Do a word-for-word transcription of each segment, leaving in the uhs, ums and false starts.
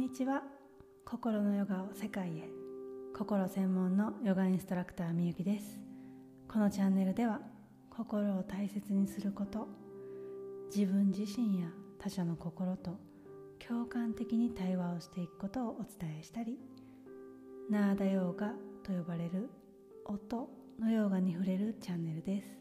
にちは。心のヨガを世界へ、心専門のヨガインストラクターみゆきです。このチャンネルでは心を大切にすること、自分自身や他者の心と共感的に対話をしていくことをお伝えしたり、ナーダヨーガと呼ばれる音のヨーガに触れるチャンネルです。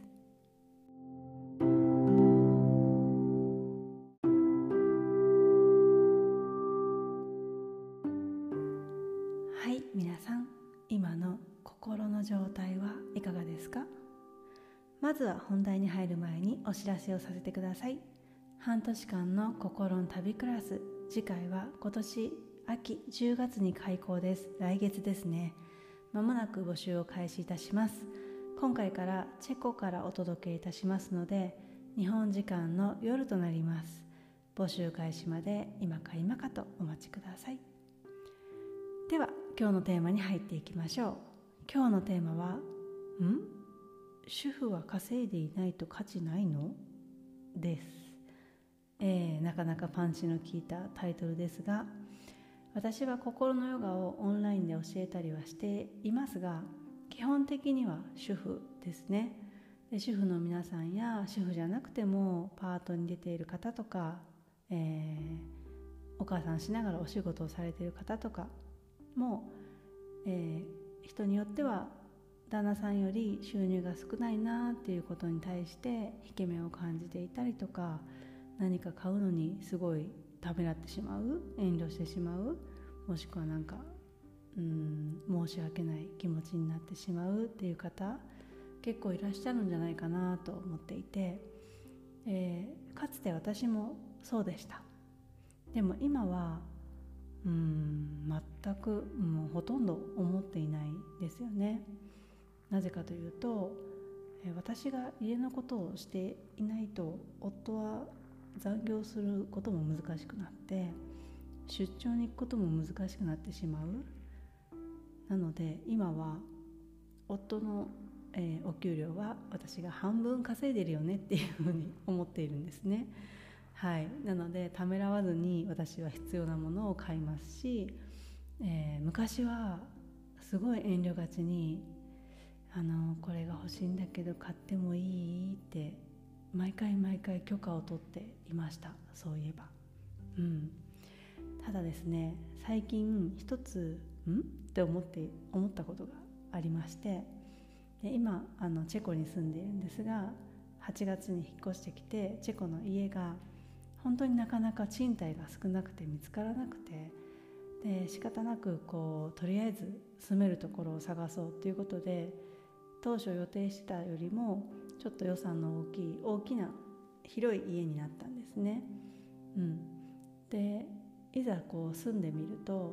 はい、皆さん、今の心の状態はいかがですか？まずは本題に入る前にお知らせをさせてください。半年間の心の旅クラス、次回は今年秋じゅうがつに開講です。来月ですね。まもなく募集を開始いたします。今回からチェコからお届けいたしますので、日本時間の夜となります。募集開始まで今か今かとお待ちください。では今日のテーマに入っていきましょう。今日のテーマは、ん主婦は稼いでいないと価値ないのです。えー、なかなかパンチの効いたタイトルですが、私は心のヨガをオンラインで教えたりはしていますが、基本的には主婦ですね。で主婦の皆さんや主婦じゃなくてもパートに出ている方とか、えー、お母さんしながらお仕事をされている方とかも、えー、人によっては旦那さんより収入が少ないなっていうことに対して引け目を感じていたりとか、何か買うのにすごいためらってしまう、遠慮してしまう、もしくはなんかうーん申し訳ない気持ちになってしまうっていう方、結構いらっしゃるんじゃないかなと思っていて、えー、かつて私もそうでした。でも今はうーん全くもうほとんど思っていないですよね。なぜかというと、えー、私が家のことをしていないと夫は残業することも難しくなって、出張に行くことも難しくなってしまう。なので今は夫の、えー、お給料は私が半分稼いでるよねっていうふうに思っているんですね。はい、なのでためらわずに私は必要なものを買いますし、えー、昔はすごい遠慮がちにあのこれが欲しいんだけど買ってもいいって毎回毎回許可を取っていました。そういえば、うん、ただですね、最近一つんって思って思ったことがありまして、で今あのチェコに住んでいるんですが、はちがつに引っ越してきて、チェコの家が本当になかなか賃貸が少なくて見つからなくて、で仕方なくこうとりあえず住めるところを探そうということで、当初予定してたよりもちょっと予算の大きい大きな広い家になったんですね。うん、でいざこう住んでみると、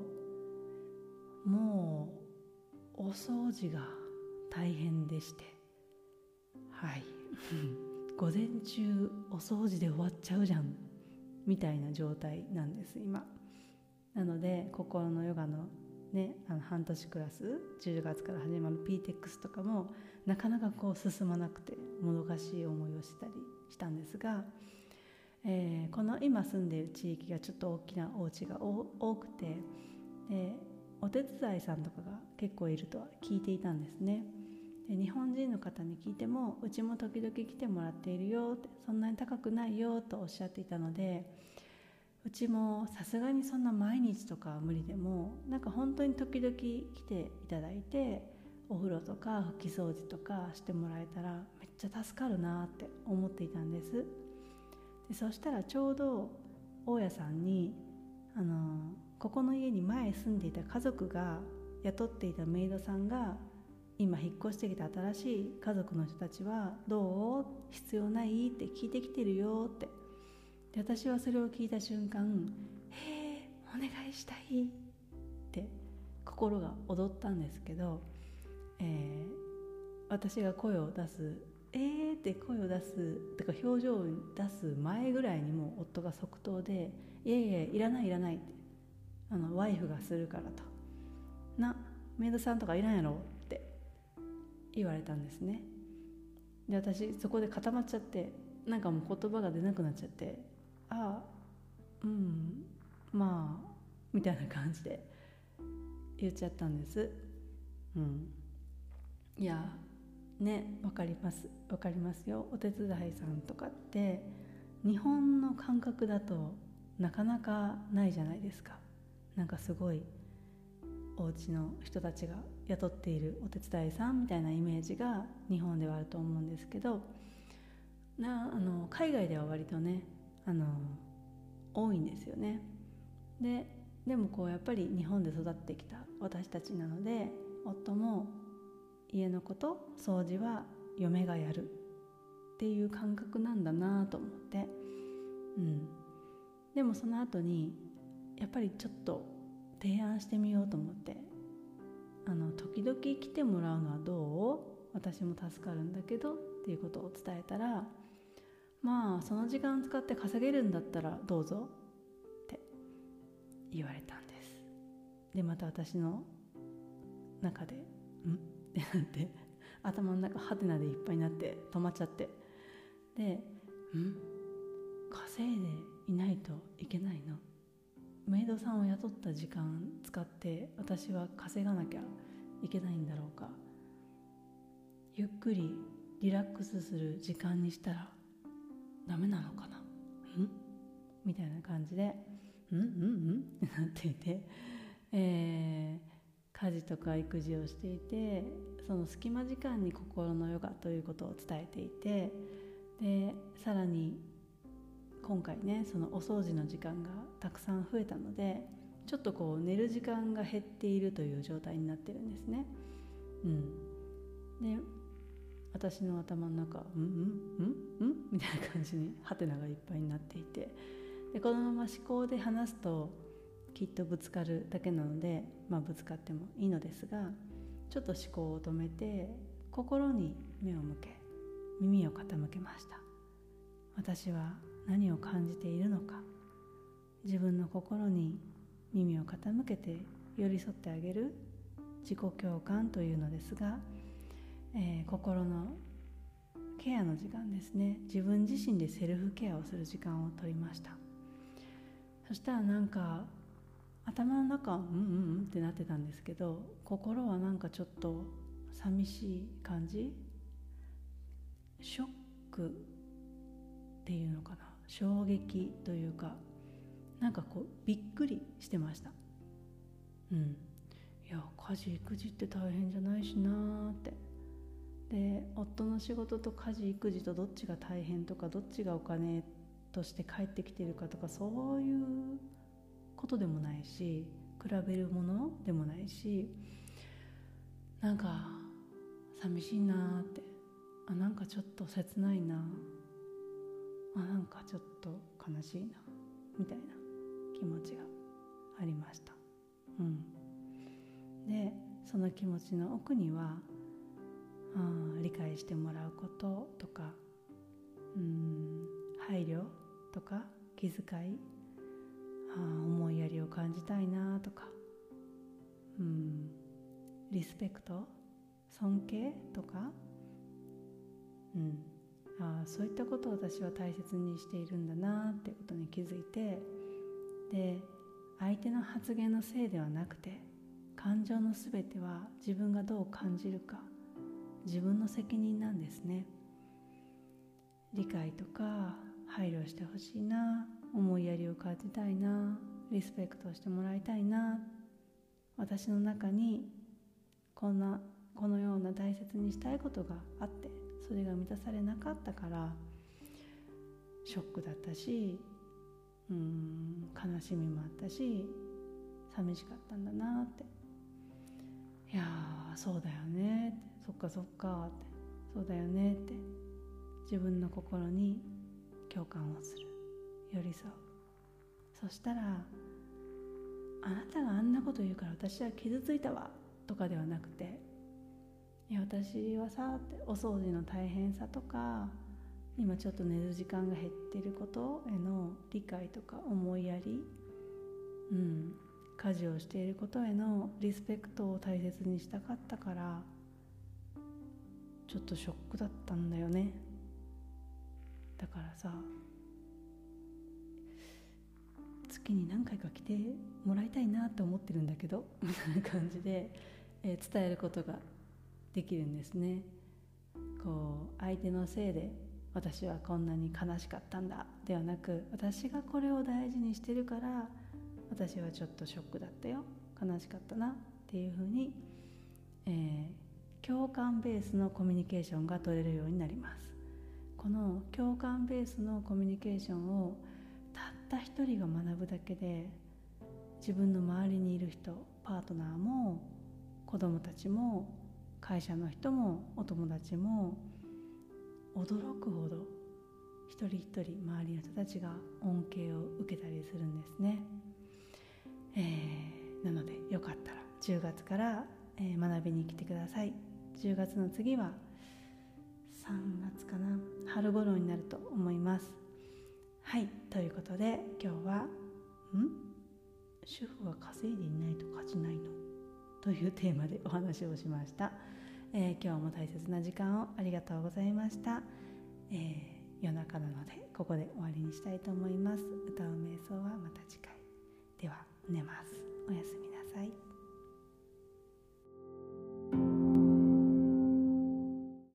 もうお掃除が大変でして、はい午前中お掃除で終わっちゃうじゃんみたいな状態なんです今。なので心のヨガのね、あの半年クラスじゅうがつから始まる ピーテックス とかもなかなかこう進まなくてもどかしい思いをしたりしたんですが、えー、この今住んでいる地域がちょっと大きなお家が多くて、でお手伝いさんとかが結構いるとは聞いていたんですね。で日本人の方に聞いても、うちも時々来てもらっているよって、そんなに高くないよとおっしゃっていたので、うちもさすがにそんな毎日とかは無理でも、なんか本当に時々来ていただいてお風呂とか拭き掃除とかしてもらえたらめっちゃ助かるなって思っていたんです。でそしたらちょうど大家さんに、あのここの家に前住んでいた家族が雇っていたメイドさんが、今引っ越してきた新しい家族の人たちはどう？必要ない？って聞いてきてるよって。で私はそれを聞いた瞬間、へえお願いしたいって心が躍ったんですけど、えー、私が声を出すえーって声を出すとか表情を出す前ぐらいにも夫が即答で、いやいやいらないいらないって、あのワイフがするからと、なメイドさんとかいらんやろって言われたんですね。で私そこで固まっちゃって、なんかもう言葉が出なくなっちゃって、ああうんまあみたいな感じで言っちゃったんです。うん、いやね、わかりますわかりますよ。お手伝いさんとかって日本の感覚だとなかなかないじゃないですか。なんかすごいお家の人たちが雇っているお手伝いさんみたいなイメージが日本ではあると思うんですけど、なあの海外では割とねあの多いんですよね。ででもこうやっぱり日本で育ってきた私たちなので、夫も家のこと掃除は嫁がやるっていう感覚なんだなと思って、うん、でもその後にやっぱりちょっと提案してみようと思って、あの時々来てもらうのはどう？私も助かるんだけどっていうことを伝えたら、まあその時間使って稼げるんだったらどうぞって言われたんです。でまた私の中でんってなって頭の中ハテナでいっぱいになって止まっちゃって、でん稼いでいないといけないの？メイドさんを雇った時間使って私は稼がなきゃいけないんだろうか。ゆっくりリラックスする時間にしたらダメなのかな、んみたいな感じでんんんってなっていて、えー、家事とか育児をしていて、その隙間時間に心のヨガということを伝えていて、でさらに今回ねそのお掃除の時間がたくさん増えたので、ちょっとこう寝る時間が減っているという状態になってるんですね。うん、で私の頭の中うんうんうんうんみたいな感じにハテナがいっぱいになっていて、でこのまま思考で話すときっとぶつかるだけなので、まあぶつかってもいいのですが、ちょっと思考を止めて心に目を向け耳を傾けました。私は何を感じているのか、自分の心に耳を傾けて寄り添ってあげる自己共感というのですが、えー、心のケアの時間ですね。自分自身でセルフケアをする時間を取りました。そしたらなんか頭の中はうんうんうんってなってたんですけど、心はなんかちょっと寂しい感じ、ショックっていうのかな、衝撃というか、なんかこうびっくりしてました。うん、いや家事育児って大変じゃないしなーって。で夫の仕事と家事育児とどっちが大変とか、どっちがお金として返ってきてるかとか、そういうことでもないし、比べるものでもないし、なんか寂しいなーって、あなんかちょっと切ないな、あなんかちょっと悲しいなみたいな気持ちがありました。うん、でその気持ちの奥には、あ理解してもらうこととか、うん配慮とか気遣い、あ思いやりを感じたいなとか、うんリスペクト、尊敬とか、うんあそういったことを私は大切にしているんだなってことに気づいて、で相手の発言のせいではなくて、感情のすべては自分がどう感じるか、自分の責任なんですね。理解とか配慮してほしいな、思いやりを感じたいな、リスペクトしてもらいたいな、私の中にこんなこのような大切にしたいことがあって、それが満たされなかったからショックだったし、うーん悲しみもあったし、寂しかったんだなって。いやーそうだよねって、そっかそっかって、そうだよねって、自分の心に共感をする、寄り添う。そしたら、あなたがあんなこと言うから私は傷ついたわとかではなくて、いや私はさって、お掃除の大変さとか、今ちょっと寝る時間が減っていることへの理解とか思いやり、うん、家事をしていることへのリスペクトを大切にしたかったから、ちょっとショックだったんだよね。だからさ、 月に何回か来てもらいたいなと思ってるんだけどみたいな感じで、えー、伝えることができるんですね。こう相手のせいで私はこんなに悲しかったんだではなく、私がこれを大事にしてるから私はちょっとショックだったよ、悲しかったなっていうふうに、えー、共感ベースのコミュニケーションが取れるようになります。この共感ベースのコミュニケーションをたった一人が学ぶだけで、自分の周りにいる人、パートナーも子供たちも会社の人もお友達も驚くほど一人一人周りの人たちが恩恵を受けたりするんですね。えー、なのでよかったらじゅうがつから、えー、学びに来てください。じゅうがつの次はさんがつかな、春頃になると思います。はい、ということで今日はん主婦が稼いでいないと勝ちないのというテーマでお話をしました。えー、今日も大切な時間をありがとうございました。えー、夜中なのでここで終わりにしたいと思います。歌う瞑想はまた次回。では寝ます。おやすみなさい。